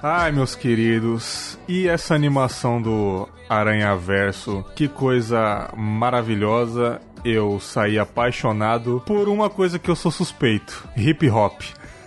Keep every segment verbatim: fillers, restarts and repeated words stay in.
Ai, meus queridos, e essa animação do Aranhaverso, que coisa maravilhosa. Eu saí apaixonado por uma coisa que eu sou suspeito, hip hop.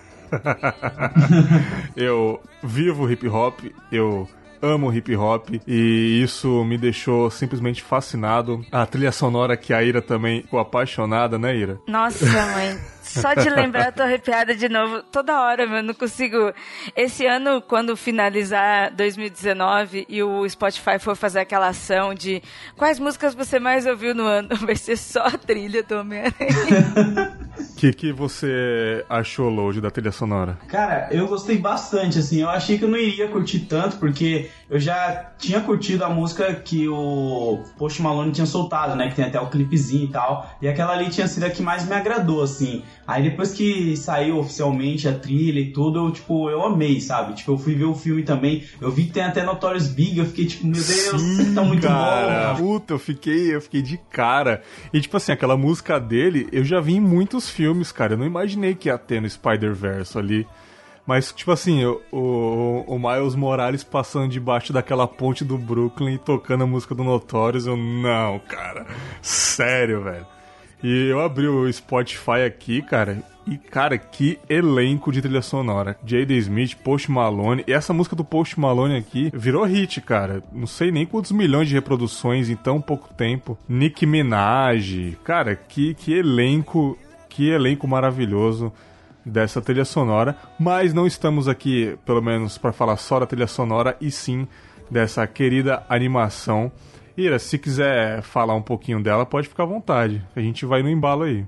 Eu vivo hip hop, eu amo hip hop e isso me deixou simplesmente fascinado. A trilha sonora que a Ira também ficou apaixonada, né, Ira? Nossa, mãe. Só de lembrar, eu tô arrepiada de novo. Toda hora, meu, não consigo. Esse ano, quando finalizar dois mil e dezenove e o Spotify for fazer aquela ação de quais músicas você mais ouviu no ano, vai ser só a trilha do Homem-Aranha. O que, que você achou, Load, da trilha sonora? Cara, eu gostei bastante, assim. Eu achei que eu não iria curtir tanto, porque eu já tinha curtido a música que o Post Malone tinha soltado, né? Que tem até o clipezinho e tal. E aquela ali tinha sido a que mais me agradou, assim. Aí depois que saiu oficialmente a trilha e tudo, eu, tipo, eu amei, sabe? Tipo, eu fui ver o filme também, eu vi que tem até Notorious Big, eu fiquei tipo, meu Deus, Sim, tá muito cara. bom. Puta, eu fiquei, eu fiquei de cara. E tipo assim, aquela música dele, eu já vi em muitos filmes, cara. Eu não imaginei que ia ter no Spider-Verse ali. Mas, tipo assim, o, o, o Miles Morales passando debaixo daquela ponte do Brooklyn e tocando a música do Notorious, eu, não, cara. Sério, velho. E eu abri o Spotify aqui, cara, e, cara, que elenco de trilha sonora. Jada Smith, Post Malone, e essa música do Post Malone aqui virou hit, cara. Não sei nem quantos milhões de reproduções em tão pouco tempo. Nicki Minaj, cara, que, que elenco, que elenco maravilhoso dessa trilha sonora. Mas não estamos aqui, pelo menos, para falar só da trilha sonora, e sim dessa querida animação. Ira, se quiser falar um pouquinho dela, pode ficar à vontade. A gente vai no embalo aí.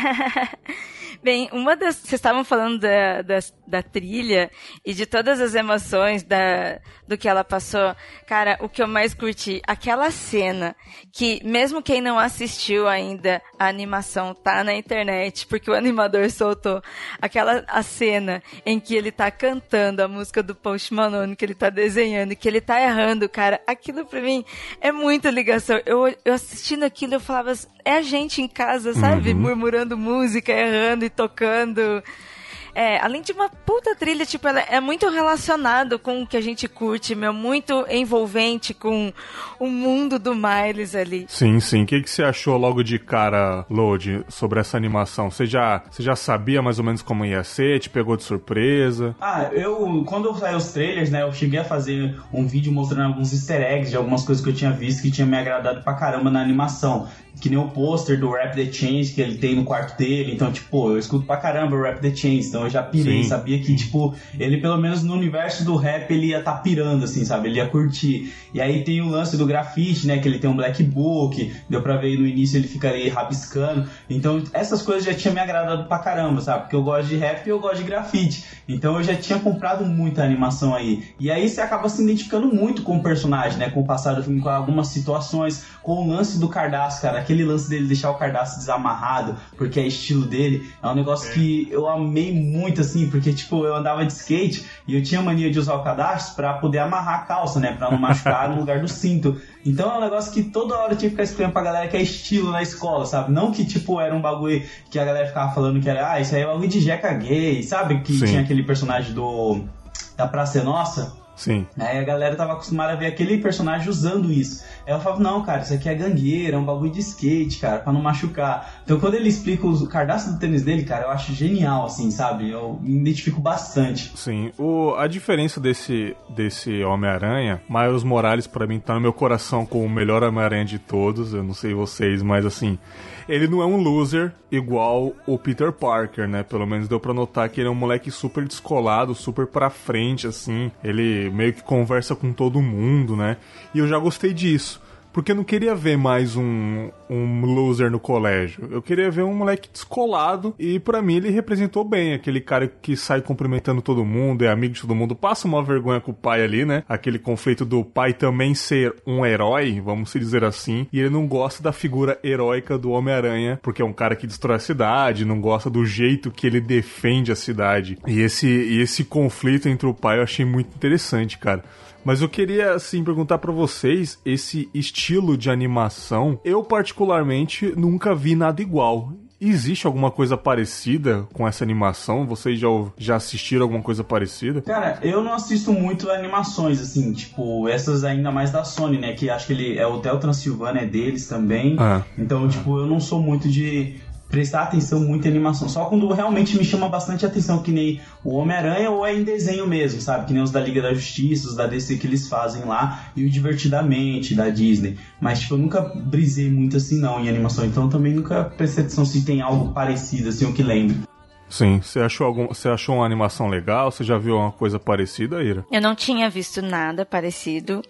Bem, uma das... Vocês estavam falando da, da, da trilha e de todas as emoções da, do que ela passou. Cara, o que eu mais curti, aquela cena que, mesmo quem não assistiu ainda, a animação tá na internet, porque o animador soltou aquela a cena em que ele tá cantando a música do Post Malone, que ele tá desenhando, que ele tá errando, cara. Aquilo pra mim é muita ligação. Eu, eu assistindo aquilo, eu falava, é a gente em casa, sabe? Uhum. Murmurando música, errando e tocando. É, além de uma puta trilha, tipo, ela é muito relacionado com o que a gente curte, meu, muito envolvente com o mundo do Miles ali. Sim, sim. O que, que você achou logo de cara, Load, sobre essa animação? Você já, você já sabia mais ou menos como ia ser? Te pegou de surpresa? Ah, eu, quando saiu os trailers, né, eu cheguei a fazer um vídeo mostrando alguns easter eggs de algumas coisas que eu tinha visto que tinha me agradado pra caramba na animação. Que nem o pôster do Rap The Chains que ele tem no quarto dele. Então, tipo, eu escuto pra caramba o Rap The Chains. Então eu já pirei, Sim. Sabia que, tipo, ele pelo menos no universo do rap ele ia tá pirando, assim, sabe? Ele ia curtir. E aí tem o lance do grafite, né? Que ele tem um black book. Deu pra ver no início ele fica ali rabiscando. Então essas coisas já tinham me agradado pra caramba, sabe? Porque eu gosto de rap e eu gosto de grafite. Então eu já tinha comprado muita animação aí. E aí você acaba se identificando muito com o personagem, né? Com o passar do filme, com algumas situações, com o lance do Cardaço, cara. Aquele lance dele deixar o Cardaço desamarrado, porque é estilo dele, é um negócio que eu amei muito, assim, porque, tipo, eu andava de skate e eu tinha mania de usar o Cardaço pra poder amarrar a calça, né? Pra não machucar no lugar do cinto. Então é um negócio que toda hora eu tinha que ficar explicando pra galera que é estilo na escola, sabe? Não que, tipo, era um bagulho que a galera ficava falando que era, ah, isso aí é bagulho de jeca gay, sabe? Que Sim. Tinha aquele personagem do da Praça é Nossa. Sim. Aí a galera tava acostumada a ver aquele personagem usando isso. Aí eu falava, não, cara, isso aqui é gangueira, é um bagulho de skate, cara, pra não machucar. Então quando ele explica o cardápio do tênis dele, cara, eu acho genial, assim, sabe? Eu me identifico bastante. Sim. O, a diferença desse, desse Homem-Aranha, Miles Morales pra mim tá no meu coração como o melhor Homem-Aranha de todos, eu não sei vocês, mas assim, ele não é um loser igual o Peter Parker, né? Pelo menos deu pra notar que ele é um moleque super descolado, super pra frente, assim. Ele meio que conversa com todo mundo, né? E eu já gostei disso. Porque eu não queria ver mais um, um loser no colégio. Eu queria ver um moleque descolado. E pra mim ele representou bem. Aquele cara que sai cumprimentando todo mundo, é amigo de todo mundo. Passa uma vergonha com o pai ali, né? Aquele conflito do pai também ser um herói, vamos dizer assim. E ele não gosta da figura heróica do Homem-Aranha. Porque é um cara que destrói a cidade. Não gosta do jeito que ele defende a cidade. E esse, e esse conflito entre o pai eu achei muito interessante, cara. Mas eu queria, assim, perguntar pra vocês, esse estilo de animação, eu particularmente nunca vi nada igual. existe alguma coisa parecida com essa animação? Vocês já, já assistiram alguma coisa parecida? Cara, eu não assisto muito animações, assim, tipo, essas ainda mais da Sony, né? Que acho que ele é o Hotel Transilvânia, é deles também. Ah. Então, tipo, eu não sou muito de prestar atenção muito em animação. Só quando realmente me chama bastante atenção, que nem o Homem-Aranha ou é em desenho mesmo, sabe? Que nem os da Liga da Justiça, os da D C que eles fazem lá, e o Divertidamente, da Disney. Mas, tipo, eu nunca brisei muito assim, não, em animação. Então, eu também nunca prestei atenção se tem algo parecido, assim, o que lembro. Sim, você achou, algum, você achou uma animação legal? Você já viu uma coisa parecida, Ira? Eu não tinha visto nada parecido,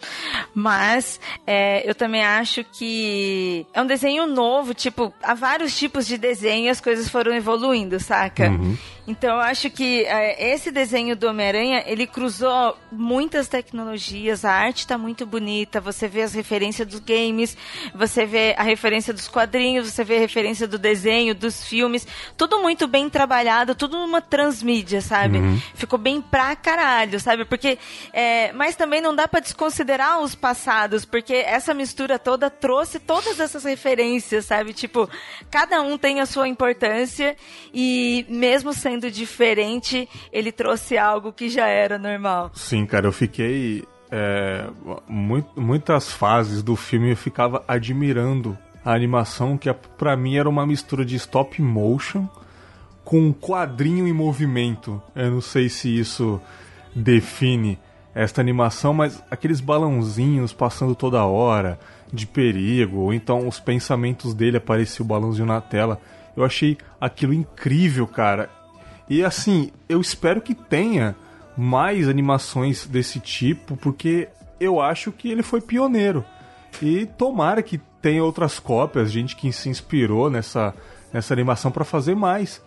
mas é, eu também acho que é um desenho novo, tipo, há vários tipos de desenho e as coisas foram evoluindo, saca? Uhum. Então eu acho que é, esse desenho do Homem-Aranha, ele cruzou muitas tecnologias, a arte tá muito bonita, você vê as referências dos games, você vê a referência dos quadrinhos, você vê a referência do desenho, dos filmes, tudo muito bem trabalhado, tudo numa transmídia, sabe? Uhum. Ficou bem pra caralho, sabe? Porque, é, mas também não dá pra desconsiderar os passados, porque essa mistura toda trouxe todas essas referências, sabe? Tipo, cada um tem a sua importância e mesmo sendo diferente, ele trouxe algo que já era normal. Sim, cara, eu fiquei... É, muito, muitas fases do filme eu ficava admirando a animação, que pra mim era uma mistura de stop motion com um quadrinho em movimento. Eu não sei se isso define esta animação, mas aqueles balãozinhos passando toda hora de perigo, ou então os pensamentos dele, aparecia o balãozinho na tela. Eu achei aquilo incrível, cara. E assim, eu espero que tenha mais animações desse tipo, porque eu acho que ele foi pioneiro. E tomara que tenha outras cópias, gente que se inspirou nessa, nessa animação para fazer mais.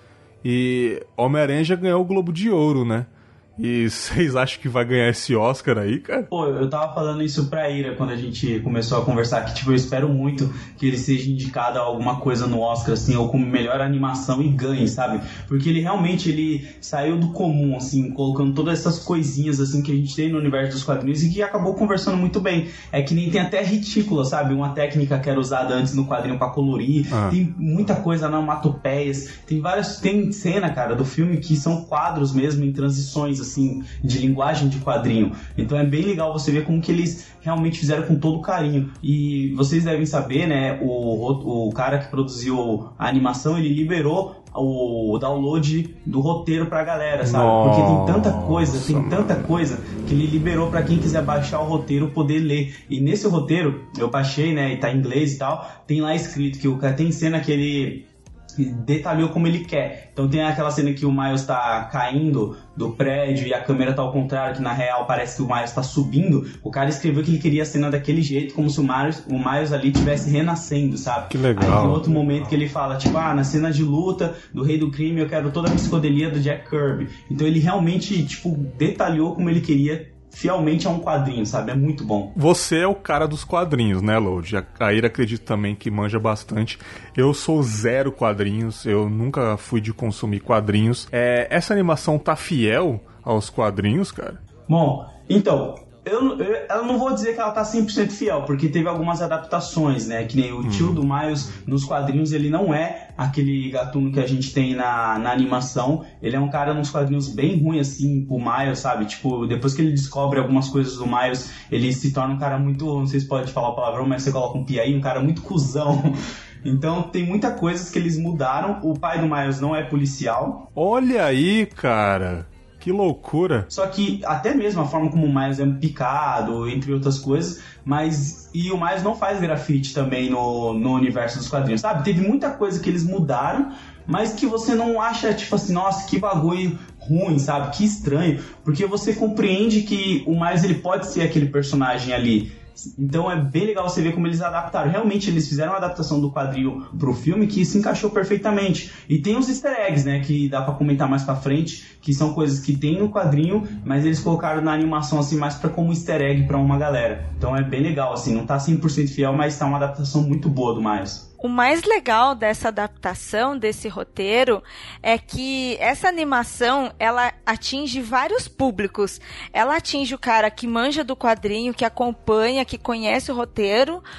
E Homem-Aranha já ganhou o Globo de Ouro, né? E vocês acham que vai ganhar esse Oscar aí, cara? Pô, eu tava falando isso pra Ira quando a gente começou a conversar, que tipo, eu espero muito que ele seja indicado a alguma coisa no Oscar, assim, ou como melhor animação e ganhe, sabe? Porque ele realmente, ele saiu do comum, assim, colocando todas essas coisinhas, assim, que a gente tem no universo dos quadrinhos e que acabou conversando muito bem. É que nem tem até retícula, sabe? Uma técnica que era usada antes no quadrinho pra colorir, ah. Tem muita coisa, onomatopeias, tem várias, tem cena, cara, do filme que são quadros mesmo, em transições, assim, de linguagem de quadrinho. Então é bem legal você ver como que eles realmente fizeram com todo carinho. E vocês devem saber, né, o, o cara que produziu a animação, ele liberou o download do roteiro pra galera, sabe? Nossa, porque tem tanta coisa, tem tanta coisa que ele liberou pra quem quiser baixar o roteiro poder ler. E nesse roteiro, eu baixei, né, e tá em inglês e tal, tem lá escrito que o cara tem cena que ele detalhou como ele quer. Então tem aquela cena que o Miles tá caindo do prédio e a câmera tá ao contrário, que na real parece que o Miles tá subindo. O cara escreveu que ele queria a cena daquele jeito, como se o Miles, o Miles ali estivesse renascendo, sabe? Que legal. Aí tem outro momento que ele fala, tipo, ah, na cena de luta do Rei do Crime eu quero toda a psicodelia do Jack Kirby. Então ele realmente, tipo, detalhou como ele queria fielmente a um quadrinho, sabe? É muito bom. Você é o cara dos quadrinhos, né, Load? A Ira acredito também que manja bastante. Eu sou zero quadrinhos, eu nunca fui de consumir quadrinhos. É, essa animação tá fiel aos quadrinhos, cara? Bom, então... Eu, eu, eu não vou dizer que ela tá cem por cento fiel, porque teve algumas adaptações, né? Que nem o hum. tio do Miles nos quadrinhos, ele não é aquele gatuno que a gente tem na, na animação. Ele é um cara nos quadrinhos bem ruim, assim, pro Miles, sabe? Tipo, depois que ele descobre algumas coisas do Miles, ele se torna um cara muito... Não sei se pode falar o palavrão, mas você coloca um pi aí, um cara muito cuzão. Então tem muita coisas que eles mudaram. O pai do Miles não é policial. Olha aí, cara... Que loucura. Só que até mesmo a forma como o Miles é picado, entre outras coisas, mas... E o Miles não faz grafite também no, no universo dos quadrinhos, sabe? Teve muita coisa que eles mudaram, mas que você não acha, tipo assim, nossa, que bagulho ruim, sabe? Que estranho. Porque você compreende que o Miles, ele pode ser aquele personagem ali. Então é bem legal você ver como eles adaptaram. Realmente eles fizeram uma adaptação do quadrinho pro filme que se encaixou perfeitamente. E tem os easter eggs, né, que dá pra comentar mais pra frente, que são coisas que tem no quadrinho, mas eles colocaram na animação assim mais pra como easter egg pra uma galera. Então é bem legal, assim, não tá cem por cento fiel, mas tá uma adaptação muito boa do Miles. O mais legal dessa adaptação, desse roteiro, é que essa animação, ela atinge vários públicos. Ela atinge o cara que manja do quadrinho, que acompanha, que conhece o roteiro,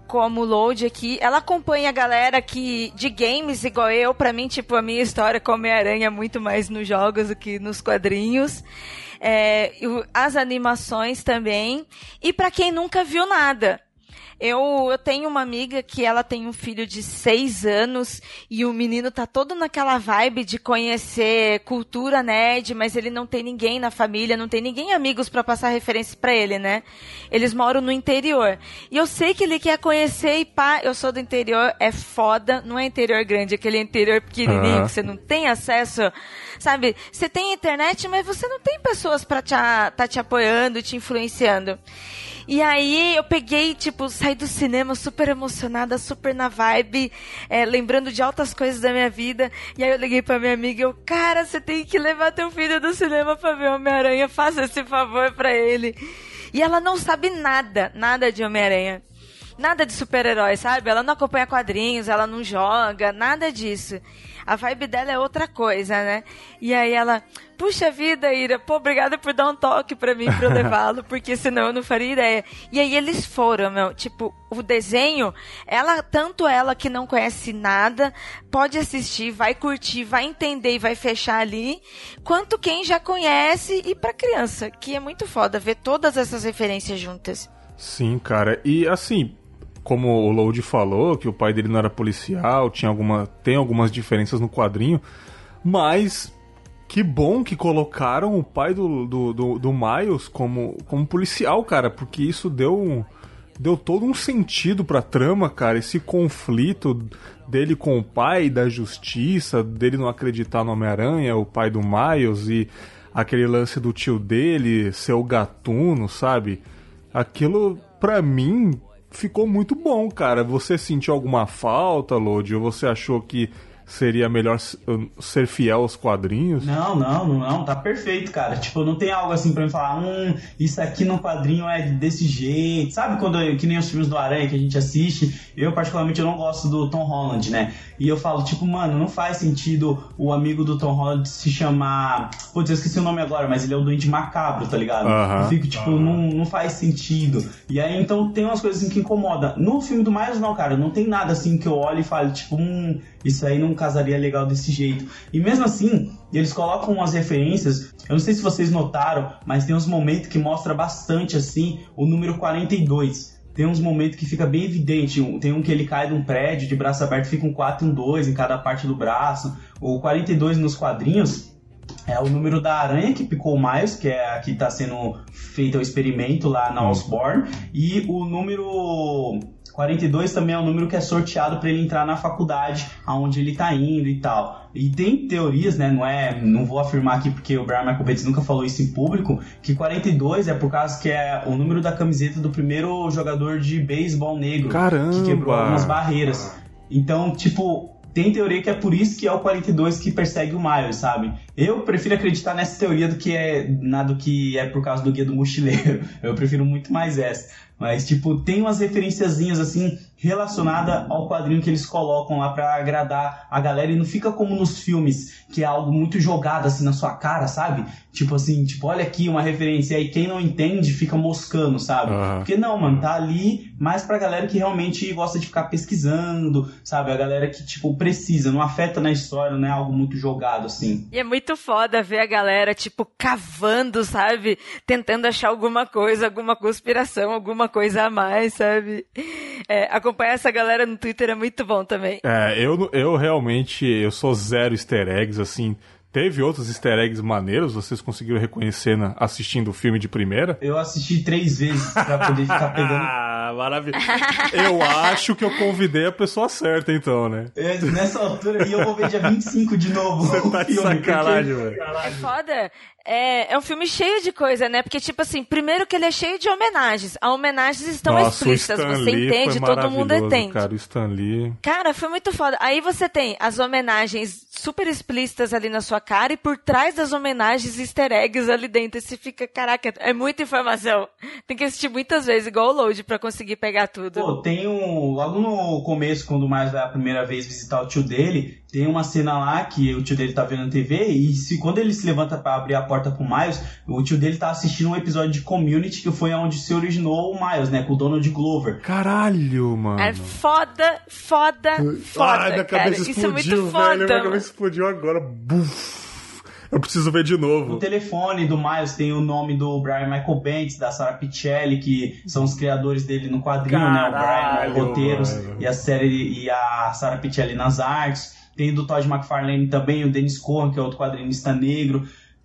como Load aqui, ela acompanha a galera que, de games igual eu, pra mim, tipo, a minha história com Homem-Aranha é muito mais nos jogos do que nos quadrinhos. É, as animações também. E pra quem nunca viu nada. Eu, eu tenho uma amiga que ela tem um filho de seis anos e o menino tá todo naquela vibe de conhecer cultura nerd, mas ele não tem ninguém na família, não tem ninguém amigos pra passar referência pra ele, né? Eles moram no interior. E eu sei que ele quer conhecer e pá, eu sou do interior, é foda, não é interior grande, é aquele interior pequenininho uhum. que você não tem acesso, sabe? Você tem internet, mas você não tem pessoas pra te, tá te apoiando, te influenciando. E aí eu peguei, tipo, saí do cinema super emocionada, super na vibe, é, lembrando de altas coisas da minha vida. E aí eu liguei pra minha amiga e eu, cara, você tem que levar teu filho do cinema pra ver Homem-Aranha, faça esse favor pra ele. E ela não sabe nada, nada de Homem-Aranha. Nada de super-herói, sabe? Ela não acompanha quadrinhos, ela não joga, nada disso. A vibe dela é outra coisa, né? E aí ela, puxa vida, Ira, pô, obrigada por dar um toque pra mim, pra eu levá-lo, porque senão eu não faria ideia. E aí eles foram, meu, tipo, o desenho, ela, tanto ela que não conhece nada, pode assistir, vai curtir, vai entender e vai fechar ali, quanto quem já conhece e pra criança, que é muito foda ver todas essas referências juntas. Sim, cara, e assim... Como o Load falou, que o pai dele não era policial, tinha alguma, tem algumas diferenças no quadrinho, mas que bom que colocaram o pai do, do, do, do Miles como, como policial, cara, porque isso deu, um, deu todo um sentido pra trama, cara, esse conflito dele com o pai, da justiça, dele não acreditar no Homem-Aranha, o pai do Miles, e aquele lance do tio dele ser o gatuno, sabe? Aquilo, pra mim... ficou muito bom, cara. Você sentiu alguma falta, Lodi? Ou você achou que seria melhor ser fiel aos quadrinhos? Não, não, não, tá perfeito, cara. Tipo, não tem algo assim pra mim falar, hum, isso aqui no quadrinho é desse jeito. Sabe quando, que nem os filmes do Aranha que a gente assiste, eu particularmente eu não gosto do Tom Holland, né? E eu falo, tipo, mano, não faz sentido o amigo do Tom Holland se chamar... Putz, eu esqueci o nome agora, mas ele é o Duende Macabro, tá ligado? Uh-huh. Eu fico, tipo, uh-huh. não, não faz sentido. E aí, então, tem umas coisas assim que incomodam. No filme do Miles, não, cara, não tem nada assim que eu olho e falo, tipo, hum, isso aí não casaria legal desse jeito. E mesmo assim, eles colocam umas referências, eu não sei se vocês notaram, mas tem uns momentos que mostra bastante, assim, o número quarenta e dois. Tem uns momentos que fica bem evidente. Tem um que ele cai de um prédio de braço aberto, fica um quatro e um dois em cada parte do braço. O quarenta e dois nos quadrinhos é o número da aranha que picou o Miles, que é a que está sendo feito o experimento lá na Osborn. E o número quarenta e dois também é o número que é sorteado para ele entrar na faculdade aonde ele está indo e tal. E tem teorias, né, não é, não vou afirmar aqui porque o Brian Michael Bendis nunca falou isso em público, que quarenta e dois é por causa que é o número da camiseta do primeiro jogador de beisebol negro. Caramba. Que quebrou algumas barreiras. Então, tipo, tem teoria que é por isso que é o quarenta e dois que persegue o Miles, sabe? Eu prefiro acreditar nessa teoria do que é, na, do que é por causa do Guia do Mochileiro. Eu prefiro muito mais essa. Mas, tipo, tem umas referenciazinhas, assim, relacionadas ao quadrinho que eles colocam lá pra agradar a galera. E não fica como nos filmes, que é algo muito jogado, assim, na sua cara, sabe? Tipo assim, tipo, olha aqui uma referência. E aí quem não entende fica moscando, sabe? Uhum. Porque não, mano, tá ali mais pra galera que realmente gosta de ficar pesquisando, sabe? A galera que, tipo, precisa, não afeta na história, não é algo muito jogado, assim. E é muito foda ver a galera, tipo, cavando, sabe? Tentando achar alguma coisa, alguma conspiração, alguma coisa a mais, sabe? É, acompanhar essa galera no Twitter é muito bom também. É, eu, eu realmente, eu sou zero easter eggs, assim. Teve outros easter eggs maneiros, vocês conseguiram reconhecer na, assistindo o filme de primeira? Eu assisti três vezes pra poder ficar pegando... Ah, maravilha. Eu acho que eu convidei a pessoa certa, então, né? É, nessa altura, e eu vou ver dia vinte e cinco de novo. Você tá de filme, sacanagem, porque... velho. É foda. É, é um filme cheio de coisa, né? Porque, tipo assim, primeiro que ele é cheio de homenagens. As homenagens estão Nossa, explícitas, você entende, todo mundo entende. Cara, o Stan Lee. Cara, foi muito foda. Aí você tem as homenagens super explícitas ali na sua cara e por trás das homenagens easter eggs ali dentro. E você fica, caraca, é muita informação. Tem que assistir muitas vezes, igual o Load, pra conseguir pegar tudo. Pô, tem um... Logo no começo, quando o Miles vai a primeira vez visitar o tio dele, tem uma cena lá que o tio dele tá vendo na T V e se, quando ele se levanta pra abrir a porta pro Miles, o tio dele tá assistindo um episódio de Community que foi onde se originou o Miles, né? Com o Donald Glover. Caralho, mano. É foda, foda, foda, Ai, minha cara. cabeça Isso é explodiu, muito foda. velho. Minha cabeça explodiu agora. Buf. Eu preciso ver de novo. No telefone do Miles tem o nome do Brian Michael Bendis, da Sara Pichelli, que são os criadores dele no quadrinho, Caralho, né? O Brian, roteiros, mano. e a série e a Sara Pichelli nas artes. Tem do Todd McFarlane também, o Dennis Cohen, que é outro quadrinista negro.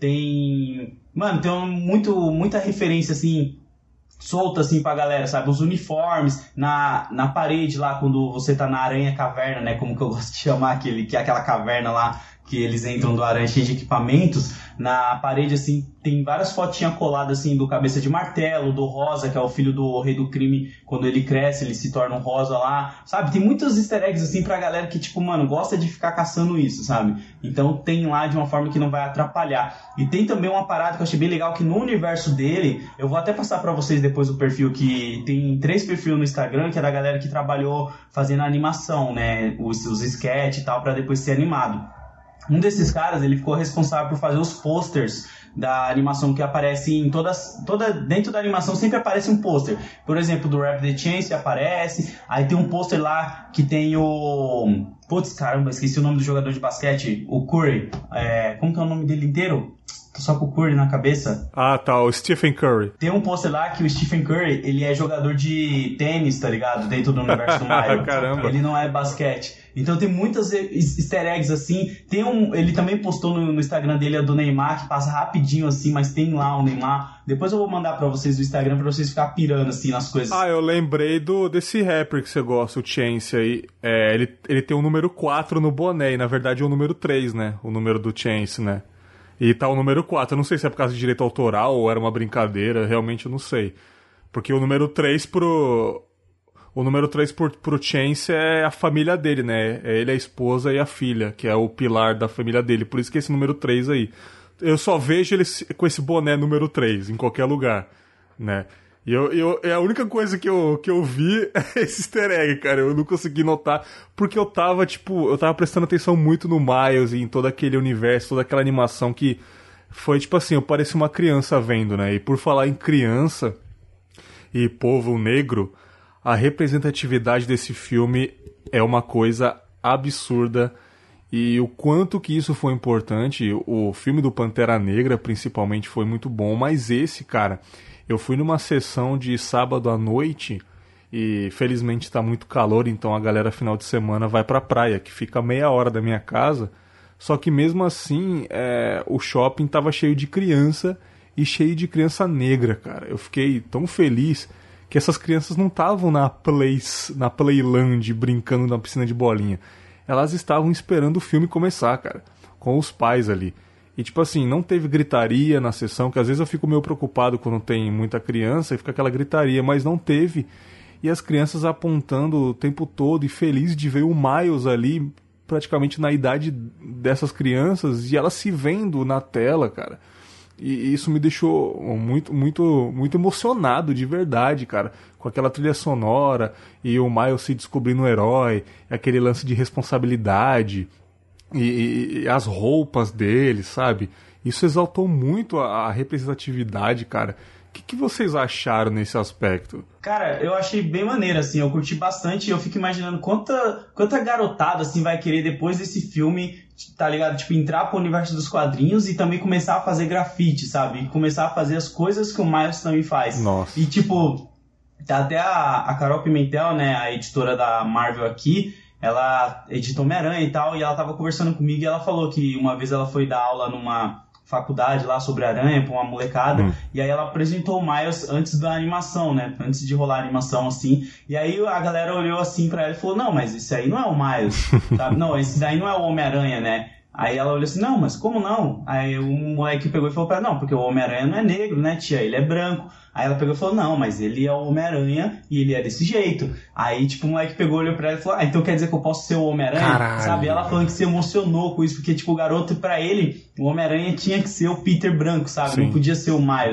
Tem... Mano, tem um, muito, muita referência, assim, solta, assim, pra galera, sabe? Os uniformes, na, na parede lá, quando você tá na Aranha Caverna, né? Como que eu gosto de chamar aquele, que é aquela caverna lá, que eles entram do Aranha cheio de equipamentos, na parede, assim, tem várias fotinhas coladas, assim, do Cabeça de Martelo, do Rosa, que é o filho do Rei do Crime, quando ele cresce, ele se torna um Rosa lá, sabe? Tem muitos easter eggs, assim, pra galera que, tipo, mano, gosta de ficar caçando isso, sabe? Então tem lá de uma forma que não vai atrapalhar. E tem também uma parada que eu achei bem legal, que no universo dele, eu vou até passar pra vocês depois o perfil, que tem três perfis no Instagram, que é da galera que trabalhou fazendo a animação, né? Os, os sketches e tal, pra depois ser animado. Um desses caras, ele ficou responsável por fazer os posters da animação que aparece em todas... Toda, dentro da animação sempre aparece um pôster. Por exemplo, do Rap the Chance aparece. Aí tem um pôster lá que tem o... Putz, caramba, esqueci o nome do jogador de basquete. O Curry. É, como que é o nome dele inteiro? Tô só com o Curry na cabeça. Ah, tá, o Stephen Curry. Tem um pôster lá que o Stephen Curry, ele é jogador de tênis, tá ligado? Dentro do universo do Mario. Caramba. Ele não é basquete. Então tem muitas easter eggs assim. Tem um, ele também postou no, no Instagram dele a do Neymar, que passa rapidinho assim, mas tem lá o Neymar. Depois eu vou mandar pra vocês do Instagram pra vocês ficarem pirando assim nas coisas. Ah, eu lembrei do, desse rapper que você gosta, o Chance aí. É, ele, ele tem o número quatro no boné, e na verdade é o número três, né? O número do Chance, né? E tá o número quatro. Eu não sei se é por causa de direito autoral ou era uma brincadeira, realmente eu não sei. Porque o número três pro... O número três pro, pro Chance é a família dele, né? É ele, a esposa e a filha, que é o pilar da família dele. Por isso que é esse número três aí. Eu só vejo ele com esse boné número três, em qualquer lugar, né? E eu, eu, é a única coisa que eu, que eu vi é esse easter egg, cara. Eu não consegui notar, porque eu tava, tipo, eu tava prestando atenção muito no Miles e em todo aquele universo, toda aquela animação que foi, tipo assim, eu parecia uma criança vendo, né? E por falar em criança e povo negro, a representatividade desse filme é uma coisa absurda. E o quanto que isso foi importante, o filme do Pantera Negra, principalmente, foi muito bom. Mas esse, cara, eu fui numa sessão de sábado à noite e felizmente tá muito calor, então a galera final de semana vai pra praia, que fica a meia hora da minha casa. Só que mesmo assim, é, o shopping tava cheio de criança e cheio de criança negra, cara. Eu fiquei tão feliz que essas crianças não estavam na, play, na Playland brincando na piscina de bolinha. Elas estavam esperando o filme começar, cara, com os pais ali. E tipo assim, não teve gritaria na sessão, que às vezes eu fico meio preocupado quando tem muita criança e fica aquela gritaria, mas não teve. E as crianças apontando o tempo todo e felizes de ver o Miles ali, praticamente na idade dessas crianças, e elas se vendo na tela, cara. E isso me deixou muito, muito, muito emocionado de verdade, cara. Com aquela trilha sonora e o Miles se descobrindo um herói, aquele lance de responsabilidade e, e, e as roupas dele, sabe? Isso exaltou muito a, a representatividade, cara. O que, que vocês acharam nesse aspecto? Cara, eu achei bem maneiro, assim, eu curti bastante e eu fico imaginando quanta, quanta garotada, assim, vai querer depois desse filme, tá ligado? Tipo, entrar pro universo dos quadrinhos e também começar a fazer grafite, sabe? E começar a fazer as coisas que o Miles também faz. Nossa. E, tipo, até a, a Carol Pimentel, né, a editora da Marvel aqui, ela editou Homem-Aranha e tal, e ela tava conversando comigo e ela falou que uma vez ela foi dar aula numa faculdade lá sobre aranha pra uma molecada, hum. e aí ela apresentou o Miles antes da animação, né, antes de rolar a animação, assim, e aí a galera olhou assim pra ela e falou, não, mas esse aí não é o Miles, sabe? Não, esse daí não é o Homem-Aranha, né? Aí ela olhou assim, não, mas como não? Aí o moleque pegou e falou pra ela, não, porque o Homem-Aranha não é negro, né, tia? Ele é branco. Aí ela pegou e falou, não, mas ele é o Homem-Aranha e ele é desse jeito. Aí, tipo, o moleque pegou, olhou pra ela e falou, ah, então quer dizer que eu posso ser o Homem-Aranha? Caralho. Sabe? Ela falando que se emocionou com isso, porque, tipo, o garoto, pra ele, o Homem-Aranha tinha que ser o Peter branco, sabe? Sim. Não podia ser o Miles.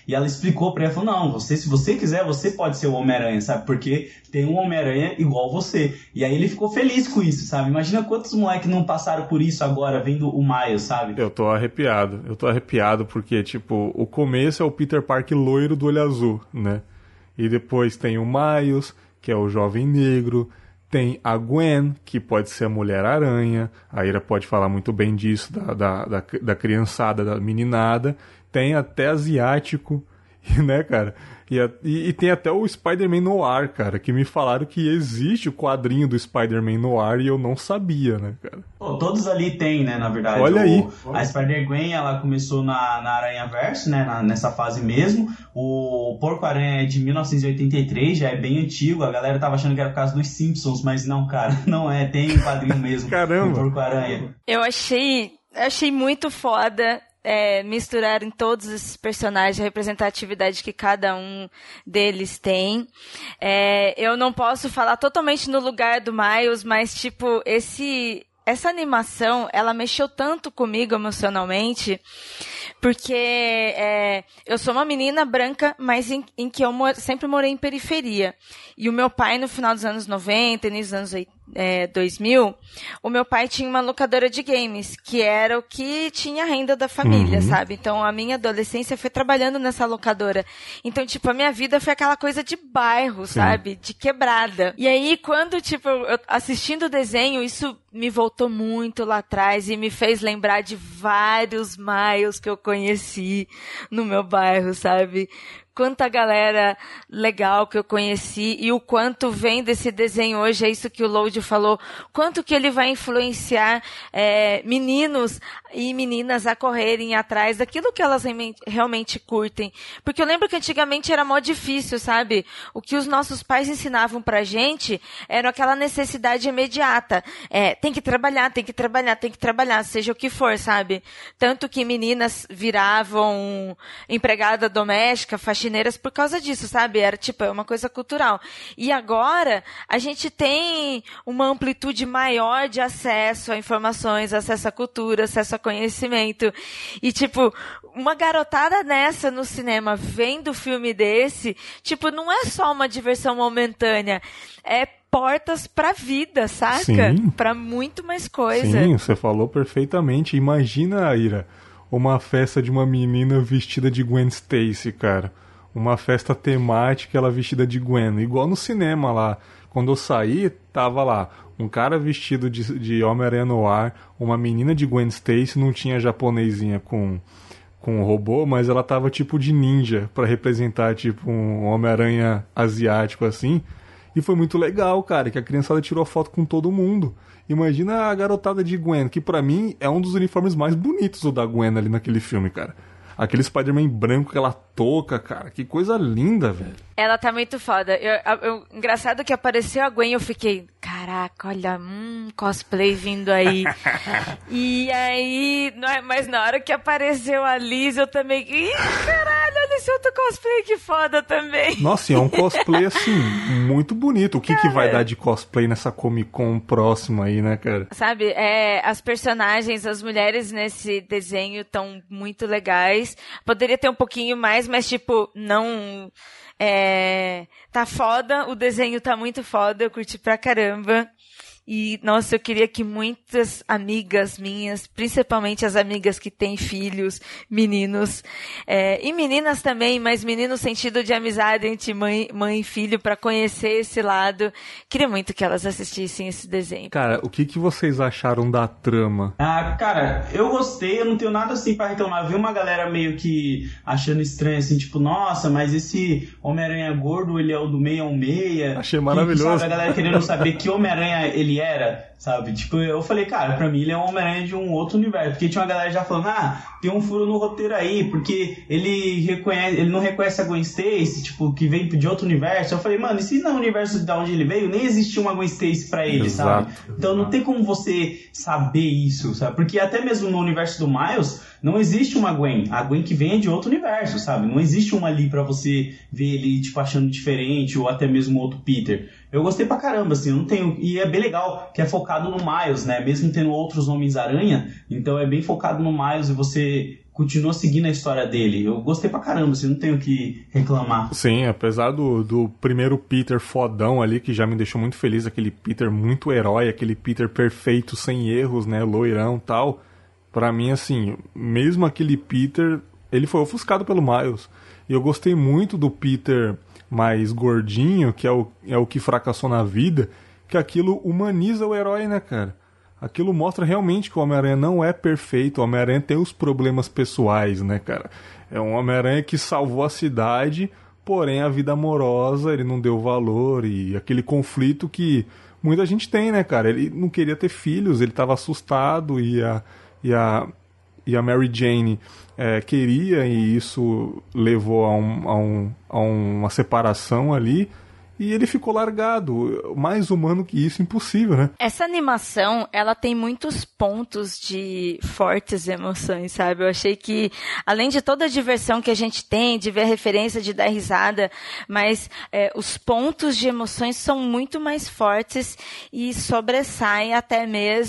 E ela explicou pra ela, falou, não, você, se você quiser, você pode ser o Homem-Aranha, sabe? Porque tem um Homem-Aranha igual você. E aí ele ficou feliz com isso, sabe? Imagina quantos moleques não passaram por isso agora, vendo o Miles, sabe? Eu tô arrepiado, eu tô arrepiado porque, tipo, o começo é o Peter Parker loiro do olho azul, né? E depois tem o Miles, que é o jovem negro, tem a Gwen, que pode ser a Mulher-Aranha, a Ira pode falar muito bem disso, da, da, da, da criançada, da meninada, tem até asiático, né, cara? E, a, e, e tem até o Spider-Man Noir, cara, que me falaram que existe o quadrinho do Spider-Man Noir e eu não sabia, né, cara? Pô, todos ali tem, né, na verdade. Olha o, aí. A Spider-Gwen, ela começou na, na Aranhaverse, né, na, nessa fase mesmo. O Porco-Aranha é de mil novecentos e oitenta e três, já é bem antigo. A galera tava achando que era por causa dos Simpsons, mas não, cara, não é. Tem um quadrinho mesmo. Caramba. Do Porco-Aranha. Eu achei, achei muito foda. É, misturar em todos esses personagens a representatividade que cada um deles tem. É, eu não posso falar totalmente no lugar do Miles, mas, tipo, esse, essa animação, ela mexeu tanto comigo emocionalmente, porque é, eu sou uma menina branca, mas em, em que eu mor- sempre morei em periferia. E o meu pai, no final dos anos noventa, início dos anos é, dois mil, o meu pai tinha uma locadora de games, que era o que tinha a renda da família, uhum. sabe? Então, a minha adolescência foi trabalhando nessa locadora. Então, tipo, a minha vida foi aquela coisa de bairro, Sim. sabe? De quebrada. E aí, quando, tipo, eu, assistindo o desenho, isso me voltou muito lá atrás e me fez lembrar de vários Miles que eu conheci no meu bairro, sabe? Quanta galera legal que eu conheci e o quanto vem desse desenho hoje, é isso que o Load falou, quanto que ele vai influenciar é, meninos e meninas a correrem atrás daquilo que elas realmente curtem. Porque eu lembro que antigamente era mó difícil, sabe? O que os nossos pais ensinavam pra gente era aquela necessidade imediata. É, tem que trabalhar, tem que trabalhar, tem que trabalhar, seja o que for, sabe? Tanto que meninas viravam empregada doméstica, faxineiras, por causa disso, sabe? Era tipo, é uma coisa cultural. E agora, a gente tem uma amplitude maior de acesso a informações, acesso à cultura, acesso a conhecimento. E tipo, uma garotada nessa no cinema, vendo filme desse, tipo, não é só uma diversão momentânea, é portas pra vida, saca? Sim. Pra muito mais coisa. Sim, você falou perfeitamente. Imagina, Ira, uma festa de uma menina vestida de Gwen Stacy, cara. Uma festa temática, ela vestida de Gwen. Igual no cinema lá. Quando eu saí, tava lá um cara vestido de, de Homem-Aranha Noir, uma menina de Gwen Stacy, não tinha japonesinha com, com um robô, mas ela tava tipo de ninja, pra representar tipo um Homem-Aranha asiático assim. E foi muito legal, cara, que a criançada tirou foto com todo mundo. Imagina a garotada de Gwen, que pra mim é um dos uniformes mais bonitos o da Gwen ali naquele filme, cara. Aquele Spider-Man branco que ela toca, cara. Que coisa linda, velho. Ela tá muito foda. Eu, eu, engraçado que apareceu a Gwen, eu fiquei... Caraca, olha, hum, cosplay vindo aí. E aí... Mas na hora que apareceu a Liz, eu também... Ih, caralho, olha esse outro cosplay, que foda também. Nossa, e é um cosplay, assim, muito bonito. O que, que vai dar de cosplay nessa Comic Con próxima aí, né, cara? Sabe, é, as personagens, as mulheres nesse desenho estão muito legais. Poderia ter um pouquinho mais, mas, tipo, não... É, tá foda, o desenho tá muito foda, eu curti pra caramba. E, nossa, eu queria que muitas amigas minhas, principalmente as amigas que têm filhos, meninos, é, e meninas também, mas menino no sentido de amizade entre mãe, mãe e filho, pra conhecer esse lado. Queria muito que elas assistissem esse desenho. Cara, o que, que vocês acharam da trama? Ah, cara, eu gostei, eu não tenho nada assim pra reclamar. Eu vi uma galera meio que achando estranho, assim, tipo, nossa, mas esse Homem-Aranha gordo, ele é o do seiscentos e sessenta. Achei maravilhoso. Que, sabe, a galera querendo saber que Homem-Aranha ele era, sabe? Tipo, eu falei, cara, pra mim ele é um Homem-Aranha de um outro universo. Porque tinha uma galera já falando, ah, tem um furo no roteiro aí, porque ele reconhece, ele não reconhece a Gwen Stacy, tipo, que vem de outro universo. Eu falei, mano, e se no universo de onde ele veio, nem existia uma Gwen Stacy pra ele, Exato. sabe? Então não tem como você saber isso, sabe? Porque até mesmo no universo do Miles, não existe uma Gwen. A Gwen que vem é de outro universo, sabe? Não existe uma ali pra você ver ele, tipo, achando diferente, ou até mesmo outro Peter. Eu gostei pra caramba, assim, eu não tenho... E é bem legal que é focado no Miles, né? Mesmo tendo outros Homens-Aranha, então é bem focado no Miles e você continua seguindo a história dele. Eu gostei pra caramba, assim, não tenho o que reclamar. Sim, apesar do, do primeiro Peter fodão ali, que já me deixou muito feliz, aquele Peter muito herói, aquele Peter perfeito, sem erros, né? Loirão e tal. Pra mim, assim, mesmo aquele Peter, ele foi ofuscado pelo Miles. E eu gostei muito do Peter mais gordinho, que é o, é o que fracassou na vida, que aquilo humaniza o herói, né, cara? Aquilo mostra realmente que o Homem-Aranha não é perfeito, o Homem-Aranha tem os problemas pessoais, né, cara? É um Homem-Aranha que salvou a cidade, porém a vida amorosa ele não deu valor, e aquele conflito que muita gente tem, né, cara? Ele não queria ter filhos, ele estava assustado, e a, e a, e a Mary Jane é, queria, e isso levou a, um, a, um, a uma separação ali, e ele ficou largado. Mais humano que isso, impossível, né? Essa animação, ela tem muitos pontos de fortes emoções, sabe? Eu achei que, além de toda a diversão que a gente tem, de ver a referência, de dar risada, mas é, os pontos de emoções são muito mais fortes e sobressaem até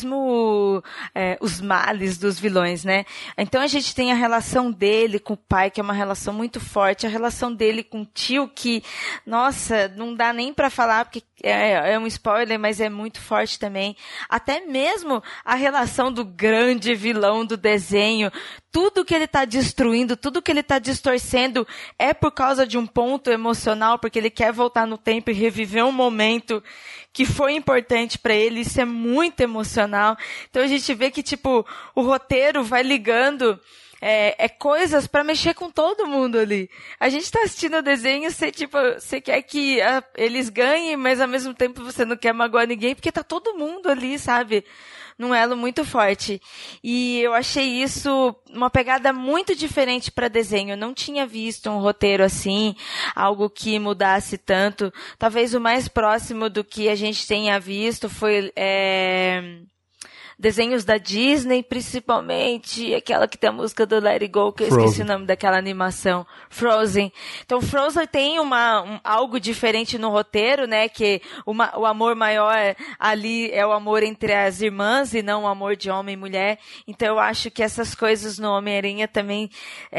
mesmo é, os males dos vilões, né? Então a gente tem a relação dele com o pai, que é uma relação muito forte, a relação dele com o tio, que, nossa, não dá nem pra falar, porque é, é um spoiler, mas é muito forte também. Até mesmo a relação do grande vilão do desenho, tudo que ele tá destruindo, tudo que ele tá distorcendo é por causa de um ponto emocional, porque ele quer voltar no tempo e reviver um momento que foi importante pra ele. Isso é muito emocional. Então a gente vê que, tipo, o roteiro vai ligando É, é coisas pra mexer com todo mundo ali. A gente tá assistindo o desenho, você, tipo, você quer que a, eles ganhem, mas ao mesmo tempo você não quer magoar ninguém, porque tá todo mundo ali, sabe? Num elo muito forte. E eu achei isso uma pegada muito diferente pra desenho. Eu não tinha visto um roteiro assim, algo que mudasse tanto. Talvez o mais próximo do que a gente tenha visto foi... É... desenhos da Disney, principalmente aquela que tem a música do Let It Go, que eu Frozen. esqueci o nome daquela animação, Frozen. Então Frozen tem uma, um, algo diferente no roteiro, né, que uma, o amor maior ali é o amor entre as irmãs e não o amor de homem e mulher. Então eu acho que essas coisas no Homem-Aranha também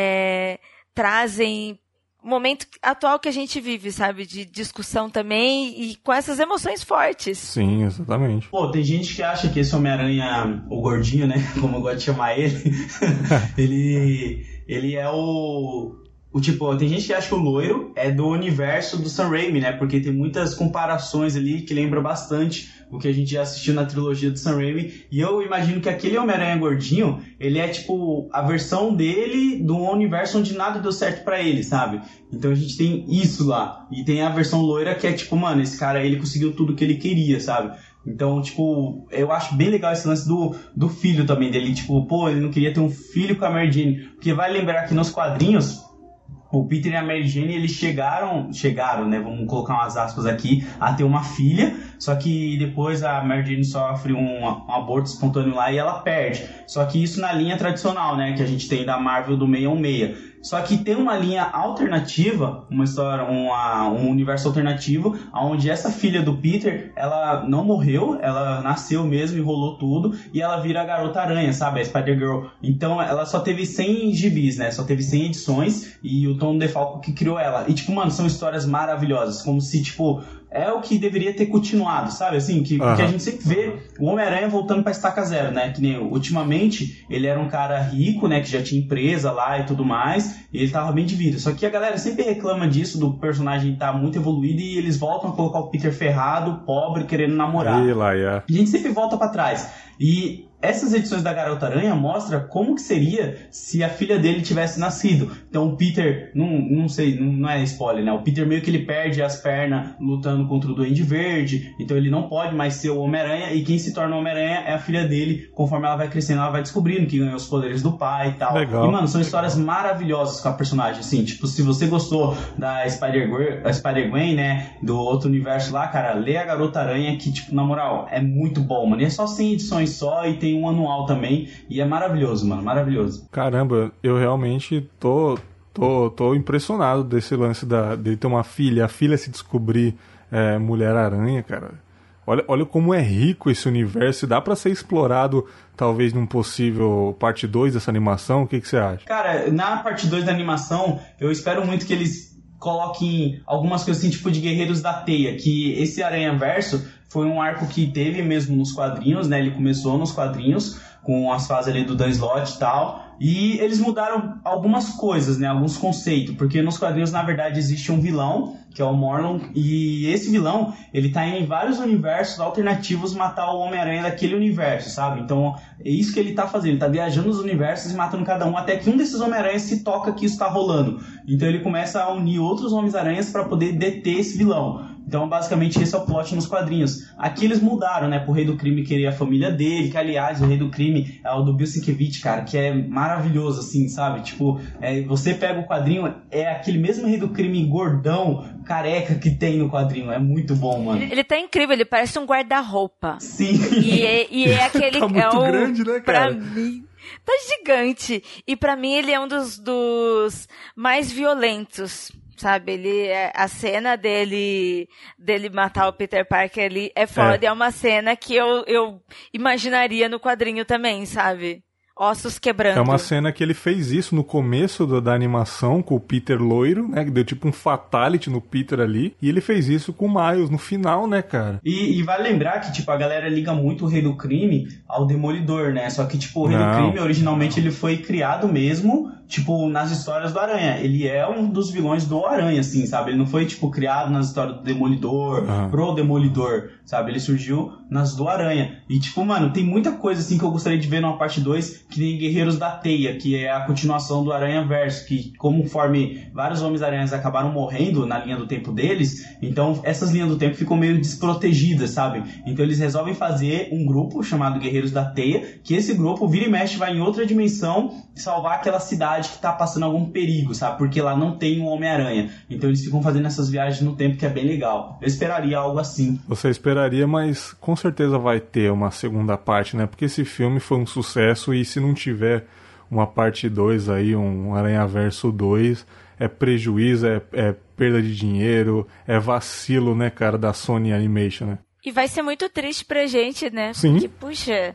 é, trazem o momento atual que a gente vive, sabe? De discussão também e com essas emoções fortes. Sim, exatamente. Pô, tem gente que acha que esse Homem-Aranha, o gordinho, né? Como eu gosto de chamar ele, ele, ele é o... O tipo, tem gente que acha que o loiro é do universo do Sam Raimi, né? Porque tem muitas comparações ali que lembram bastante o que a gente já assistiu na trilogia do Sam Raimi. E eu imagino que aquele Homem-Aranha gordinho, ele é tipo a versão dele do universo onde nada deu certo pra ele, sabe? Então a gente tem isso lá. E tem a versão loira que é tipo, mano, esse cara, ele conseguiu tudo que ele queria, sabe? Então, tipo, eu acho bem legal esse lance do, do filho também dele. Tipo, pô, ele não queria ter um filho com a Mary Jane. Porque vai lembrar que nos quadrinhos... O Peter e a Mary Jane, eles chegaram, chegaram, né, vamos colocar umas aspas aqui, a ter uma filha, só que depois a Mary Jane sofre um, um aborto espontâneo lá e ela perde. Só que isso na linha tradicional, né, que a gente tem da Marvel do seiscentos e dezesseis. Só que tem uma linha alternativa, uma história, uma, um universo alternativo, onde essa filha do Peter, ela não morreu, ela nasceu mesmo e rolou tudo, e ela vira a Garota Aranha, sabe, a Spider-Girl. Então ela só teve cem gibis, né, só teve cem edições, e o Tom DeFalco que criou ela. E tipo, mano, são histórias maravilhosas, como se, tipo... é o que deveria ter continuado, sabe? Assim, que, uhum. que a gente sempre vê o Homem-Aranha voltando pra estaca zero, né? Que nem ultimamente ele era um cara rico, né? Que já tinha empresa lá e tudo mais, e ele tava bem de vida. Só que a galera sempre reclama disso, do personagem estar tá muito evoluído, e eles voltam a colocar o Peter ferrado, pobre, querendo namorar. E lá, yeah. A gente sempre volta pra trás. E essas edições da Garota Aranha mostram como que seria se a filha dele tivesse nascido. Então o Peter, não, não sei, não, não é spoiler, né? O Peter meio que ele perde as pernas lutando contra o Duende Verde, então ele não pode mais ser o Homem-Aranha, e quem se torna o Homem-Aranha é a filha dele. Conforme ela vai crescendo, ela vai descobrindo que ganhou os poderes do pai e tal. Legal. E, mano, são histórias maravilhosas com a personagem, assim, tipo, se você gostou da Spider-Gwen, a Spider-Gwen, né, do outro universo lá, cara, lê a Garota Aranha, que, tipo, na moral, é muito bom, mano. E é só cem edições só, e tem tem um anual também, e é maravilhoso, mano, maravilhoso. Caramba, eu realmente tô, tô, tô impressionado desse lance da, dele ter uma filha, a filha se descobrir é, Mulher-Aranha, cara. Olha, olha como é rico esse universo, dá pra ser explorado talvez num possível parte dois dessa animação, o que, que você acha? Cara, na parte dois da animação, eu espero muito que eles coloquem algumas coisas assim, tipo de Guerreiros da Teia, que esse Aranhaverso foi um arco que teve mesmo nos quadrinhos, né? Ele começou nos quadrinhos, com as fases ali do Dan Slott e tal, e eles mudaram algumas coisas, né? Alguns conceitos, porque nos quadrinhos, na verdade, existe um vilão, que é o Morlun, e esse vilão, ele tá em vários universos alternativos matar o Homem-Aranha daquele universo, sabe? Então, é isso que ele tá fazendo, ele tá viajando nos universos e matando cada um, até que um desses Homem-Aranhas se toca que isso tá rolando. Então ele começa a unir outros Homens-Aranhas para poder deter esse vilão. Então, basicamente, esse é o plot nos quadrinhos. Aqui eles mudaram, né? Pro Rei do Crime querer a família dele, que, aliás, o Rei do Crime é o do Bill Sienkiewicz, cara, que é maravilhoso, assim, sabe? Tipo, é, você pega o quadrinho, é aquele mesmo Rei do Crime gordão, careca que tem no quadrinho. É muito bom, mano. Ele, ele tá incrível, ele parece um guarda-roupa. Sim. E é, e é aquele... Tá muito é o, grande, né, cara? Pra mim... Tá gigante. E pra mim ele é um dos, dos mais violentos. Sabe, ele, a cena dele, dele matar o Peter Parker ali é foda, é, é uma cena que eu, eu imaginaria no quadrinho também, sabe? Ossos quebrando. É uma cena que ele fez isso no começo do, da animação com o Peter loiro, né? Que deu tipo um fatality no Peter ali. E ele fez isso com o Miles no final, né, cara? E, e vale lembrar que, tipo, a galera liga muito o Rei do Crime ao Demolidor, né? Só que, tipo, o Rei Não. do Crime, originalmente, ele foi criado mesmo, tipo, nas histórias do Aranha. Ele é um dos vilões do Aranha, assim, sabe? Ele não foi, tipo, criado nas histórias do Demolidor, uhum. pro Demolidor, sabe? Ele surgiu nas do Aranha. E, tipo, mano, tem muita coisa, assim, que eu gostaria de ver numa parte dois, que nem Guerreiros da Teia, que é a continuação do Aranhaverso, que conforme vários Homens-Aranhas acabaram morrendo na linha do tempo deles, então essas linhas do tempo ficam meio desprotegidas, sabe? Então eles resolvem fazer um grupo chamado Guerreiros da Teia, que esse grupo vira e mexe, vai em outra dimensão salvar aquela cidade que tá passando algum perigo, sabe? Porque lá não tem um Homem-Aranha. Então eles ficam fazendo essas viagens no tempo que é bem legal. Eu esperaria algo assim. Você esperaria, mas com certeza vai ter uma segunda parte, né? Porque esse filme foi um sucesso e se não tiver uma parte dois aí, um Aranhaverso dois, é prejuízo, é, é perda de dinheiro, é vacilo, né, cara, da Sony Animation, né? E vai ser muito triste pra gente, né? Sim. Porque, puxa,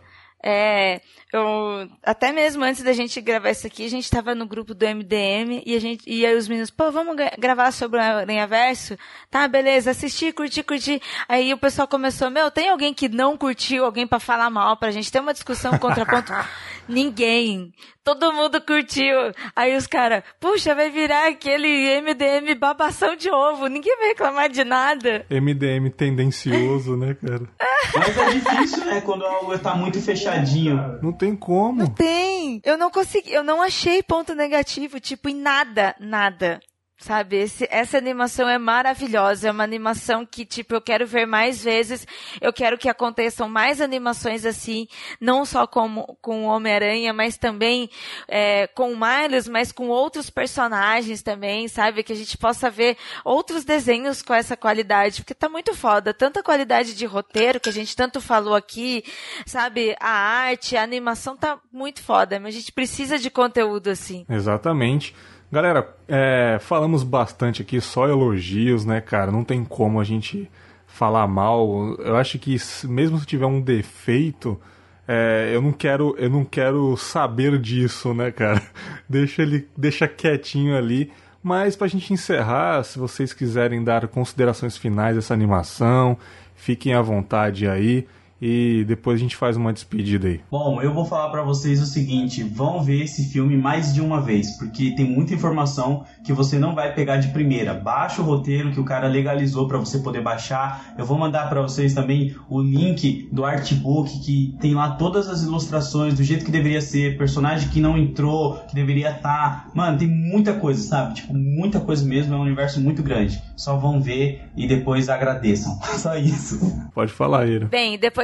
é, eu, até mesmo antes da gente gravar isso aqui, a gente tava no grupo do M D M e a gente, e aí os meninos, pô, vamos gravar sobre o Aranhaverso? Tá, beleza, assisti, curti, curti. Aí o pessoal começou, meu, tem alguém que não curtiu, alguém pra falar mal, pra gente ter uma discussão contraponto? Ninguém. Todo mundo curtiu. Aí os caras, puxa, vai virar aquele M D M babação de ovo. Ninguém vai reclamar de nada. M D M tendencioso, né, cara? Mas é difícil, né, quando algo tá muito fechadinho. Não tem como. Não tem. Eu não consegui, eu não achei ponto negativo, tipo, em nada, nada. Sabe, esse, essa animação é maravilhosa, é uma animação que, tipo, eu quero ver mais vezes, eu quero que aconteçam mais animações assim, não só com, com o Homem-Aranha, mas também é, com o Miles, mas com outros personagens também, sabe, que a gente possa ver outros desenhos com essa qualidade, porque tá muito foda, tanta qualidade de roteiro que a gente tanto falou aqui, sabe, a arte, a animação tá muito foda, mas a gente precisa de conteúdo assim. Exatamente. Galera, é, falamos bastante aqui, só elogios, né, cara? Não tem como a gente falar mal. Eu acho que mesmo se tiver um defeito, é, eu não quero, eu não quero saber disso, né, cara? Deixa ele, deixa quietinho ali. Mas pra gente encerrar, se vocês quiserem dar considerações finais dessa animação, fiquem à vontade aí. E depois a gente faz uma despedida aí. Bom, eu vou falar pra vocês o seguinte, vão ver esse filme mais de uma vez, porque tem muita informação que você não vai pegar de primeira. Baixa o roteiro que o cara legalizou pra você poder baixar. Eu vou mandar pra vocês também o link do artbook, que tem lá todas as ilustrações, do jeito que deveria ser, personagem que não entrou, que deveria estar. Mano, tem muita coisa, sabe? Tipo, muita coisa mesmo, é um universo muito grande. Só vão ver e depois agradeçam. Só isso. Pode falar, Ira. Bem, depois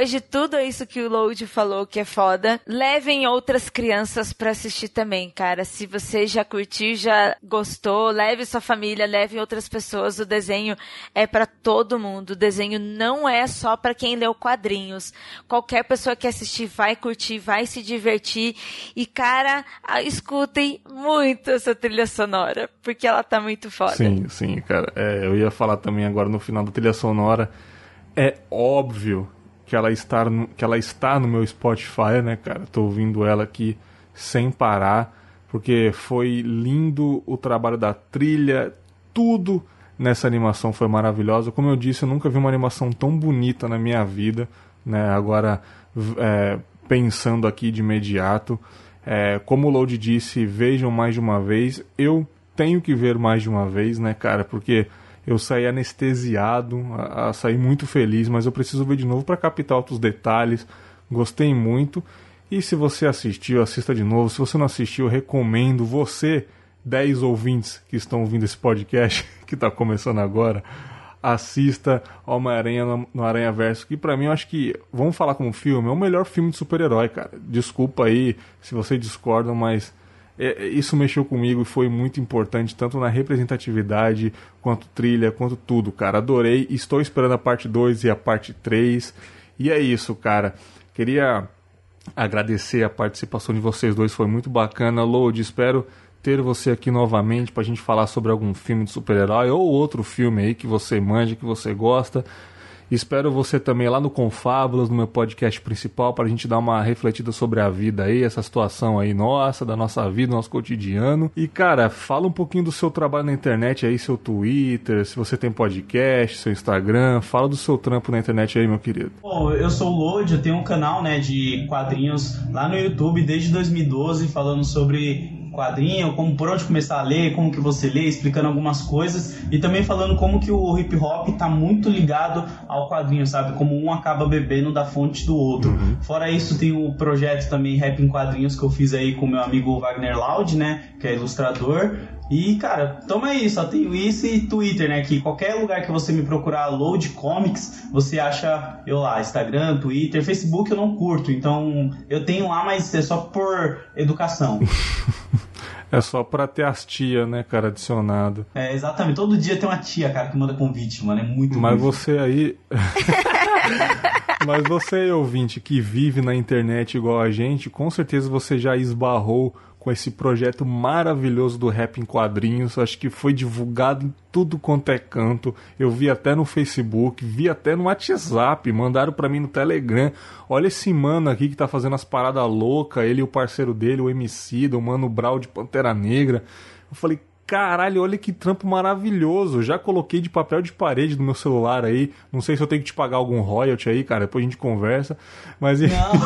depois de tudo isso que o Load falou, que é foda, levem outras crianças pra assistir também, cara. Se você já curtiu, já gostou, leve sua família, leve outras pessoas. O desenho é pra todo mundo. O desenho não é só pra quem leu quadrinhos. Qualquer pessoa que assistir vai curtir, vai se divertir. E, cara, escutem muito essa trilha sonora, porque ela tá muito foda. Sim, sim, cara. É, eu ia falar também agora no final da trilha sonora. É óbvio que ela está no, que ela está no meu Spotify, né, cara? Tô ouvindo ela aqui sem parar, porque foi lindo o trabalho da trilha, tudo nessa animação foi maravilhosa. Como eu disse, eu nunca vi uma animação tão bonita na minha vida, né? Agora, é, pensando aqui de imediato, é, como o Load disse, vejam mais de uma vez. Eu tenho que ver mais de uma vez, né, cara? Porque eu saí anestesiado, a, a, saí muito feliz, mas eu preciso ver de novo para captar outros detalhes. Gostei muito. E se você assistiu, assista de novo. Se você não assistiu, eu recomendo você, dez ouvintes que estão ouvindo esse podcast, que está começando agora, assista Homem-Aranha no, no Aranhaverso, que pra mim eu acho que, vamos falar como filme, é o melhor filme de super-herói, cara. Desculpa aí se vocês discordam, mas é, isso mexeu comigo e foi muito importante, tanto na representatividade, quanto trilha, quanto tudo, cara. Adorei, estou esperando a parte dois e a parte três. E é isso, cara. Queria agradecer a participação de vocês dois, foi muito bacana. Load, espero ter você aqui novamente pra gente falar sobre algum filme de super-herói ou outro filme aí que você manja, que você gosta. Espero você também lá no Confábulas, no meu podcast principal, pra gente dar uma refletida sobre a vida aí, essa situação aí nossa, da nossa vida, nosso cotidiano. E, cara, fala um pouquinho do seu trabalho na internet aí, seu Twitter, se você tem podcast, seu Instagram, fala do seu trampo na internet aí, meu querido. Bom, eu sou o Load, eu tenho um canal, né, de quadrinhos lá no YouTube desde dois mil e doze, falando sobre quadrinho, como por onde começar a ler, como que você lê, explicando algumas coisas e também falando como que o hip hop tá muito ligado ao quadrinho, sabe? Como um acaba bebendo da fonte do outro. Uhum. Fora isso, tem o projeto também Rap em Quadrinhos que eu fiz aí com meu amigo Wagner Loud, né? Que é ilustrador. E, cara, toma aí, só tenho isso e Twitter, né? Que qualquer lugar que você me procurar Load Comics, você acha eu lá. Instagram, Twitter, Facebook eu não curto. Então, eu tenho lá, mas é só por educação. É só pra ter as tia, né, cara, adicionado. É, exatamente. Todo dia tem uma tia, cara, que manda convite, mano. É muito Mas bonito. você aí... Mas você aí, ouvinte, que vive na internet igual a gente, com certeza você já esbarrou com esse projeto maravilhoso do Rap em Quadrinhos. Acho que foi divulgado em tudo quanto é canto. Eu vi até no Facebook, vi até no WhatsApp, mandaram pra mim no Telegram. Olha esse mano aqui que tá fazendo as paradas loucas, ele e o parceiro dele, o Emicida, o Mano Brown de Pantera Negra. Eu falei, caralho, olha que trampo maravilhoso. Já coloquei de papel de parede no meu celular aí. Não sei se eu tenho que te pagar algum royalty aí, cara. Depois a gente conversa. Mas... Não.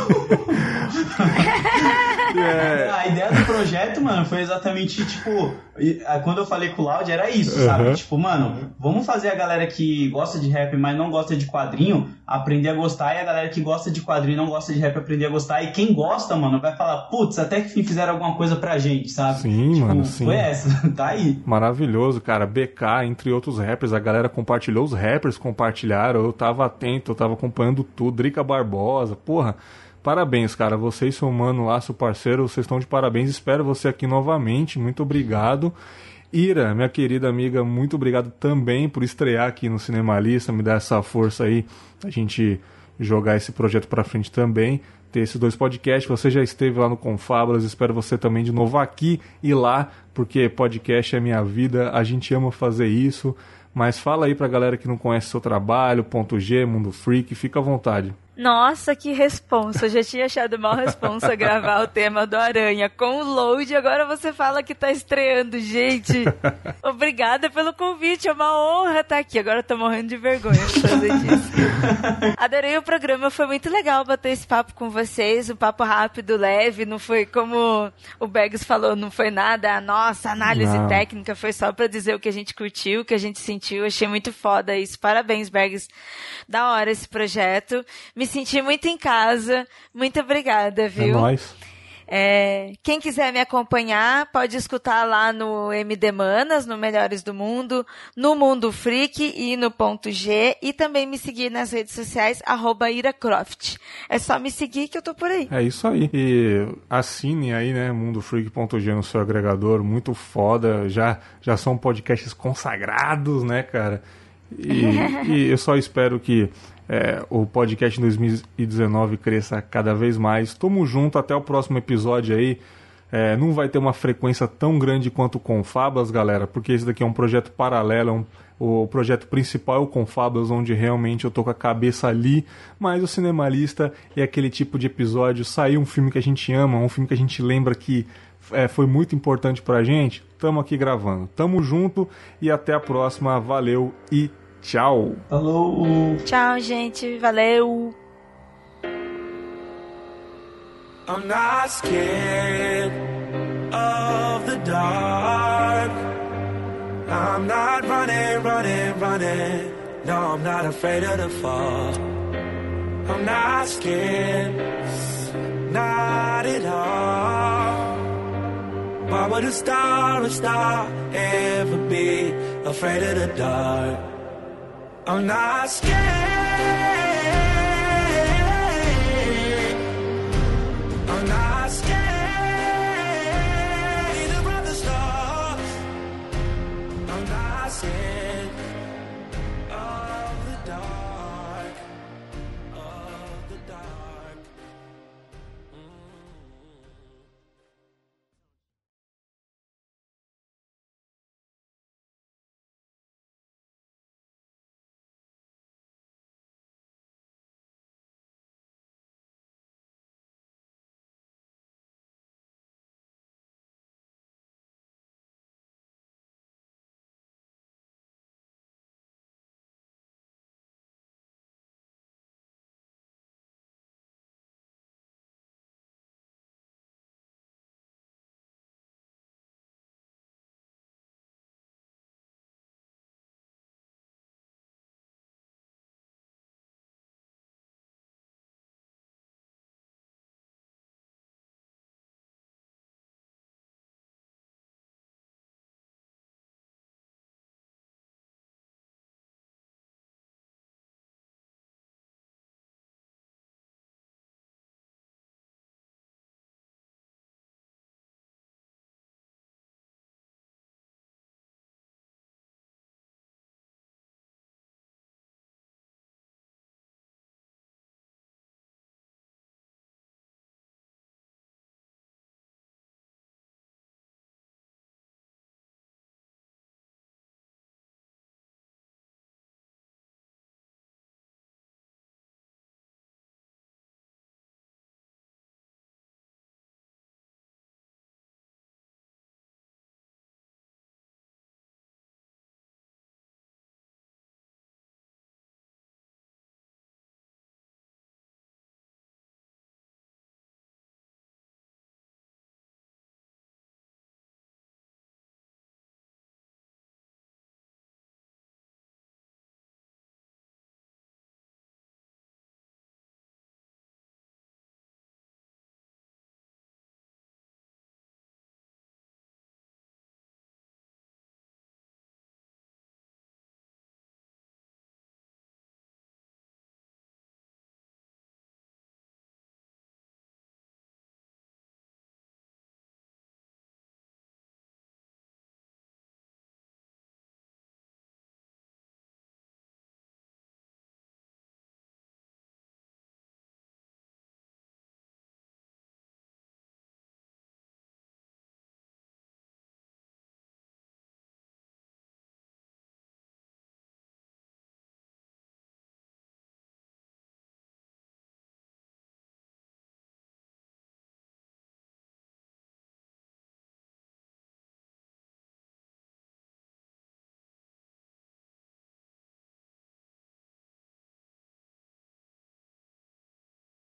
É... A ideia do projeto, mano, foi exatamente, tipo, quando eu falei com o Loud, era isso, uhum. sabe? Tipo, mano, vamos fazer a galera que gosta de rap, mas não gosta de quadrinho, aprender a gostar, e a galera que gosta de quadrinho e não gosta de rap aprender a gostar, e quem gosta, mano, vai falar, putz, até que enfim fizeram alguma coisa pra gente, sabe? Sim, tipo, mano, sim. Foi essa, tá aí. Maravilhoso, cara. B K, entre outros rappers, a galera compartilhou, os rappers compartilharam, eu tava atento, eu tava acompanhando tudo, Drica Barbosa, porra. Parabéns, cara. Você e seu mano lá, seu parceiro, vocês estão de parabéns. Espero você aqui novamente. Muito obrigado. Ira, minha querida amiga, muito obrigado também por estrear aqui no Cinemalista, me dar essa força aí, a gente jogar esse projeto pra frente também, ter esses dois podcasts. Você já esteve lá no Confábulas, espero você também de novo aqui e lá, porque podcast é minha vida, a gente ama fazer isso. Mas fala aí pra galera que não conhece seu trabalho, Ponto G, Mundo Freak, fica à vontade. Nossa, que responsa. Eu já tinha achado mal responsa gravar o tema do Aranha com o Load. Agora você fala que tá estreando. Gente, obrigada pelo convite. É uma honra estar aqui. Agora eu tô morrendo de vergonha de fazer isso. Adorei o programa. Foi muito legal bater esse papo com vocês. Um papo rápido, leve. Não foi como o Bergs falou, não foi nada. A nossa análise não. técnica foi só pra dizer o que a gente curtiu, o que a gente sentiu. Achei muito foda isso. Parabéns, Bergs. Da hora esse projeto. Me Me senti muito em casa. Muito obrigada, viu? É nóis. É, quem quiser me acompanhar, pode escutar lá no M D Manas, no Melhores do Mundo, no Mundo Freak e no Ponto G, e também me seguir nas redes sociais, arroba Ira Croft. É só me seguir que eu tô por aí. É isso aí. E assine aí, né, mundo freak ponto g no seu agregador, muito foda. Já, já são podcasts consagrados, né, cara? E, e eu só espero que é, o podcast em dois mil e dezenove cresça cada vez mais. Tamo junto, até o próximo episódio aí. É, não vai ter uma frequência tão grande quanto o Confabas, galera, porque esse daqui é um projeto paralelo, é um, o projeto principal é o Confabas, onde realmente eu tô com a cabeça ali, mas o Cinemalista é aquele tipo de episódio, sair um filme que a gente ama, um filme que a gente lembra que é, foi muito importante pra gente, tamo aqui gravando. Tamo junto e até a próxima, valeu e tchau! Falou! Tchau, gente, valeu! I'm not scared of the dark. I'm not running, running, running. No, I'm not afraid of the fall. I'm not scared, not at all. Why would a star, a star ever be afraid of the dark? I'm not scared.